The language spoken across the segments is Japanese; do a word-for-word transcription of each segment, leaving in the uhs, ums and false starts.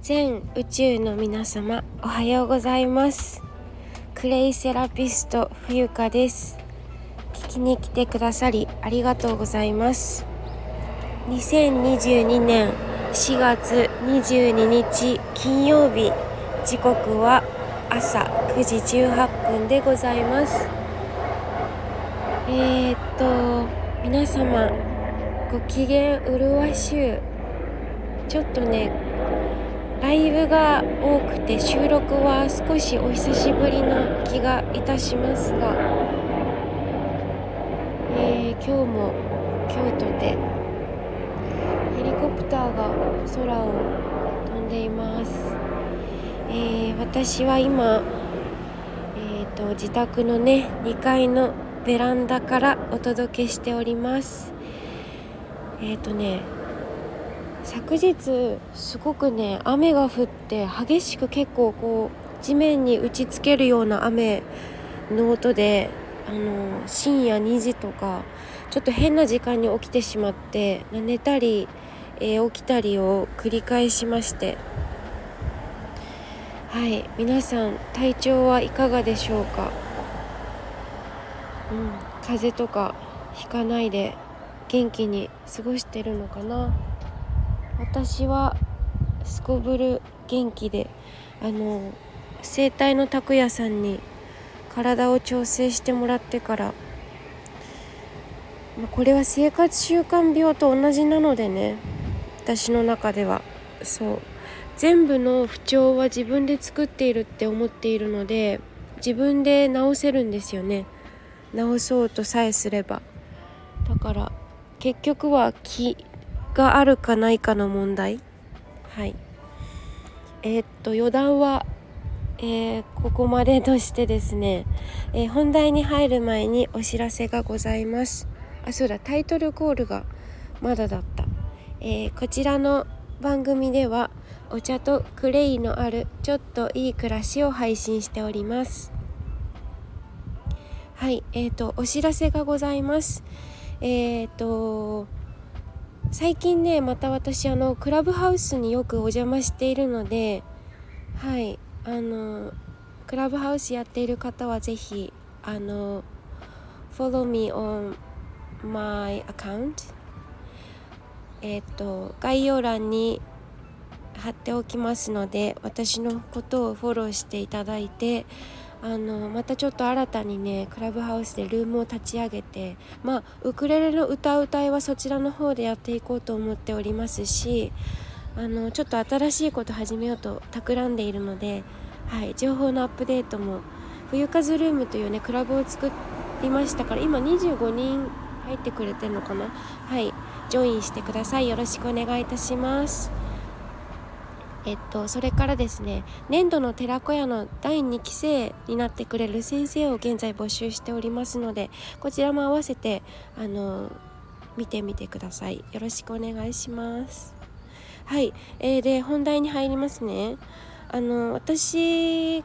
全宇宙の皆様、おはようございます。クレイセラピスト冬香です。聞きに来てくださりありがとうございます。にせんにじゅうにねんしがつにじゅうににち金曜日、時刻は朝くじじゅうはっぷんでございます。えーっと皆様、ご機嫌うるわしゅう。ちょっとねライブが多くて収録は少しお久しぶりな気がいたしますが、えー、今日も京都でヘリコプターが空を飛んでいます。えー、私は今、えーと、自宅のねにかいのベランダからお届けしております。えーとね昨日すごくね雨が降って激しく結構こう地面に打ちつけるような雨の音で、あの深夜にじとかちょっと変な時間に起きてしまって、寝たり、えー、起きたりを繰り返しまして、はい皆さん体調はいかがでしょうか。うん、風邪とかひかないで元気に過ごしてるのかな。私はすこぶる元気で、あの整体の拓也さんに体を調整してもらってから、まあ、これは生活習慣病と同じなのでね、私の中ではそう全部の不調は自分で作っているって思っているので、自分で治せるんですよね。治そうとさえすれば。だから結局は気があるかないかの問題。はいえー、っと余談は、えー、ここまでとしてですね、えー、本題に入る前にお知らせがございます。あ、そうだ、タイトルコールがまだだった。えー、こちらの番組ではお茶とクレイのあるちょっといい暮らしを配信しております。はいえー、とお知らせがございます。えー、と最近ねまた私あのクラブハウスによくお邪魔しているので、はいあのクラブハウスやっている方はぜひあの follow me on my account、 えっと概要欄に貼っておきますので、私のことをフォローしていただいて、あのまたちょっと新たにねクラブハウスでルームを立ち上げて、まあウクレレの歌うたいはそちらの方でやっていこうと思っておりますし、あのちょっと新しいこと始めようと企んでいるので、はい、情報のアップデートも冬風ルームというねクラブを作りましたから、今にじゅうごにん入ってくれてるのかな。はいジョインしてください。よろしくお願いいたします。えっと、それからですね、年度の寺子屋のだいにき生になってくれる先生を現在募集しておりますので、こちらも合わせてあの見てみてください。よろしくお願いします。はい、えー、で本題に入りますね。あの私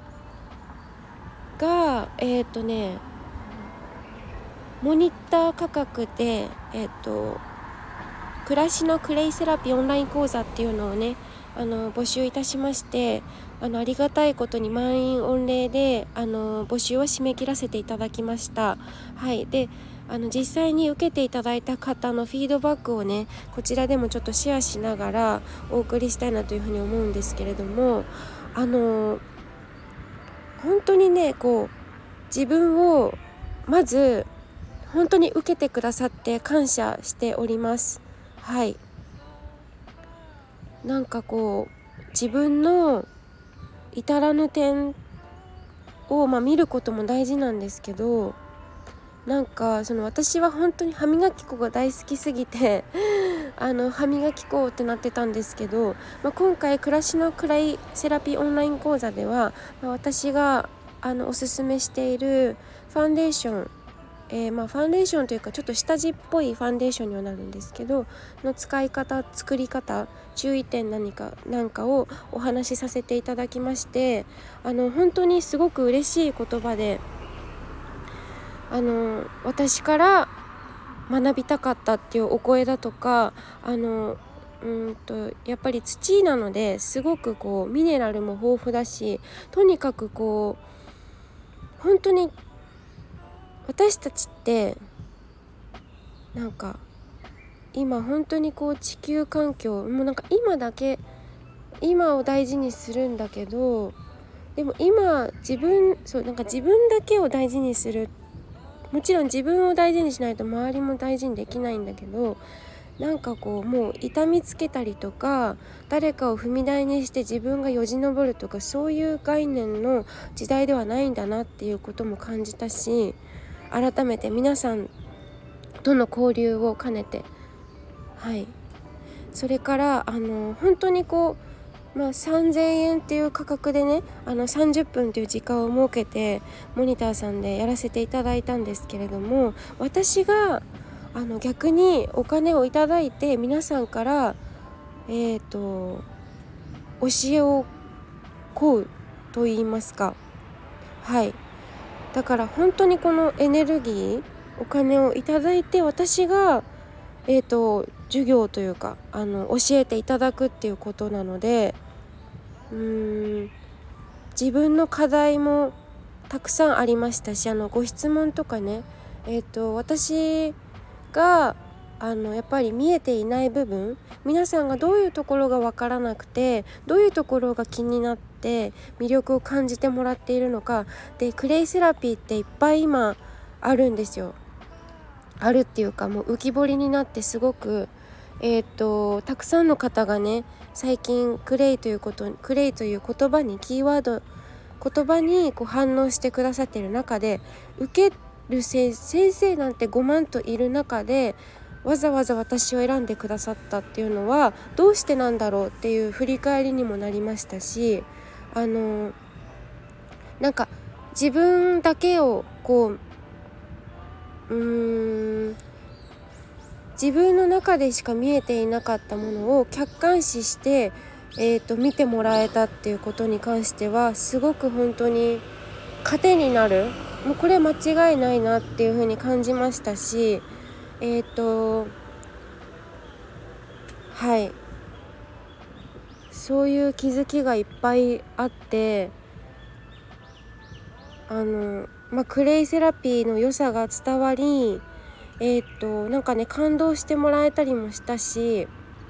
がえっとねモニター価格でえっと暮らしのクレイセラピーオンライン講座っていうのをねあの募集いたしまして、あのありがたいことに満員御礼であの募集を締め切らせていただきました。はいであの実際に受けていただいた方のフィードバックをねこちらでもちょっとシェアしながらお送りしたいなというふうに思うんですけれども、あの本当にねこう自分をまず本当に受けてくださって感謝しております。はいなんかこう自分の至らぬ点を、まあ、見ることも大事なんですけど、なんかその私は本当に歯磨き粉が大好きすぎてあの歯磨き粉ってなってたんですけど、まあ、今回暮らしのクライセラピーオンライン講座では、まあ、私があのおすすめしているファンデーションえー、まあファンデーションというかちょっと下地っぽいファンデーションにはなるんですけどの使い方作り方注意点何かなんかをお話しさせていただきまして、あの本当にすごく嬉しい言葉で、あの私から学びたかったっていうお声だとか、あのうんとやっぱり土なのですごくこうミネラルも豊富だし、とにかくこう本当に私たちってなんか今本当にこう地球環境もうなんか今だけ今を大事にするんだけど、でも今自分そうなんか自分だけを大事にする、もちろん自分を大事にしないと周りも大事にできないんだけど、なんかこうもう痛みつけたりとか誰かを踏み台にして自分がよじ登るとかそういう概念の時代ではないんだなっていうことも感じたし、改めて皆さんとの交流を兼ねて、はいそれからあの本当にこう、まあ、さんぜんえんっていう価格でね、あのさんじゅっぷんという時間を設けてモニターさんでやらせていただいたんですけれども、私があの逆にお金をいただいて皆さんからえーと教えを請うと言いますか、はいだから本当にこのエネルギーお金をいただいて私がえーと授業というかあの教えていただくっていうことなので、うーん自分の課題もたくさんありましたし、あのご質問とかね、えーと私があのやっぱり見えていない部分、皆さんがどういうところが分からなくてどういうところが気になって魅力を感じてもらっているのかで、クレイセラピーっていっぱい今あるんですよ。あるっていうかもう浮き彫りになってすごくえー、とたくさんの方がね最近クレイということクレイという言葉にキーワード言葉にこう反応してくださっている中で、受ける先生なんてごまんといる中でわざわざ私を選んでくださったっていうのはどうしてなんだろうっていう振り返りにもなりましたし、あのなんか自分だけをこううーん自分の中でしか見えていなかったものを客観視して、えーと、見てもらえたっていうことに関してはすごく本当に糧になる、もうこれ間違いないなっていうふうに感じましたし、えっとはいそういう気づきがいっぱいあって、あの、まあ、クレイセラピーの良さが伝わり、えっとなんかね感動してもらえたりもしたし、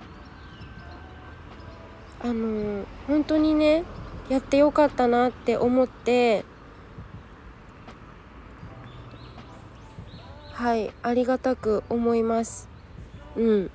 あの本当にねやってよかったなって思って、はいありがたく思います。うん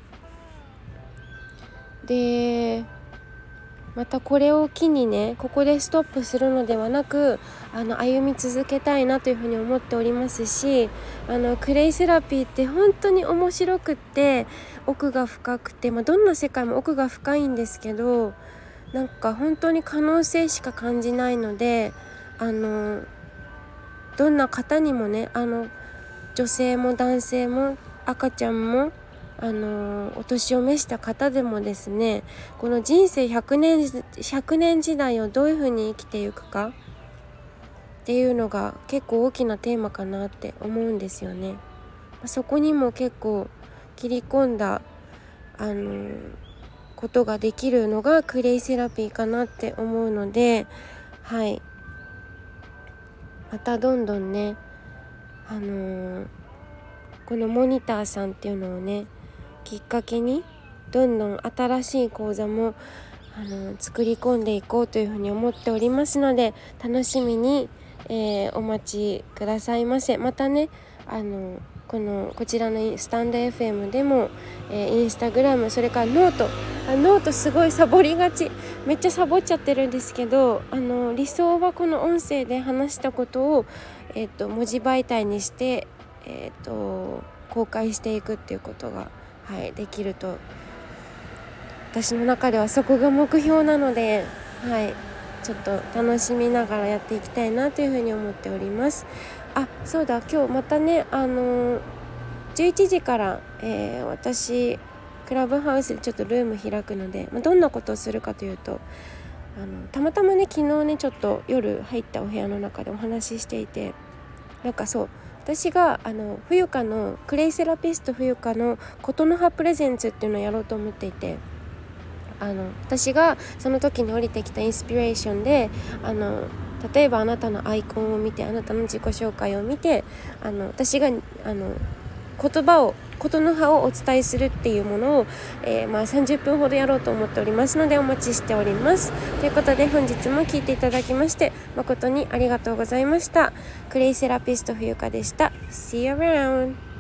でまたこれを機にねここでストップするのではなく、あの歩み続けたいなというふうに思っておりますし、あのクレイセラピーって本当に面白くって奥が深くて、まあ、どんな世界も奥が深いんですけど、なんか本当に可能性しか感じないので、あのどんな方にもね、あの女性も男性も赤ちゃんもあのお年を召した方でもですね、この人生ひゃくねん、ひゃくねん時代をどういうふうに生きていくかっていうのが結構大きなテーマかなって思うんですよね。そこにも結構切り込んだあのことができるのがクレイセラピーかなって思うので、はいまたどんどんねあのー、このモニターさんっていうのをねきっかけにどんどん新しい講座もあの作り込んでいこうというふうに思っておりますので、楽しみに、えー、お待ちくださいませ。またねあのこのこちらのスタンド エフエム でも、えー、インスタグラム、それからノートあノートすごいサボりがち、めっちゃサボっちゃってるんですけど、あの理想はこの音声で話したことを、えー、と文字媒体にして、えー、と公開していくっていうことが、はい、できると私の中ではそこが目標なので、はい、ちょっと楽しみながらやっていきたいなというふうに思っております。あ、そうだ、今日またね、あのー、じゅういちじから、えー、私クラブハウスでちょっとルーム開くので、まあ、どんなことをするかというと、あのたまたまね昨日ねちょっと夜入ったお部屋の中でお話ししていて、なんかそう私があの冬香のクレイセラピスト冬香の琴の葉プレゼンツっていうのをやろうと思っていて、 あの私がその時に降りてきたインスピレーションで、あの例えばあなたのアイコンを見て、あなたの自己紹介を見て、あの私があの言葉をことの葉をお伝えするっていうものを、えー、まあさんじゅっぷんほどやろうと思っておりますので、お待ちしております。ということで本日も聞いていただきまして誠にありがとうございました。クレイセラピスト冬香でした。 See you around.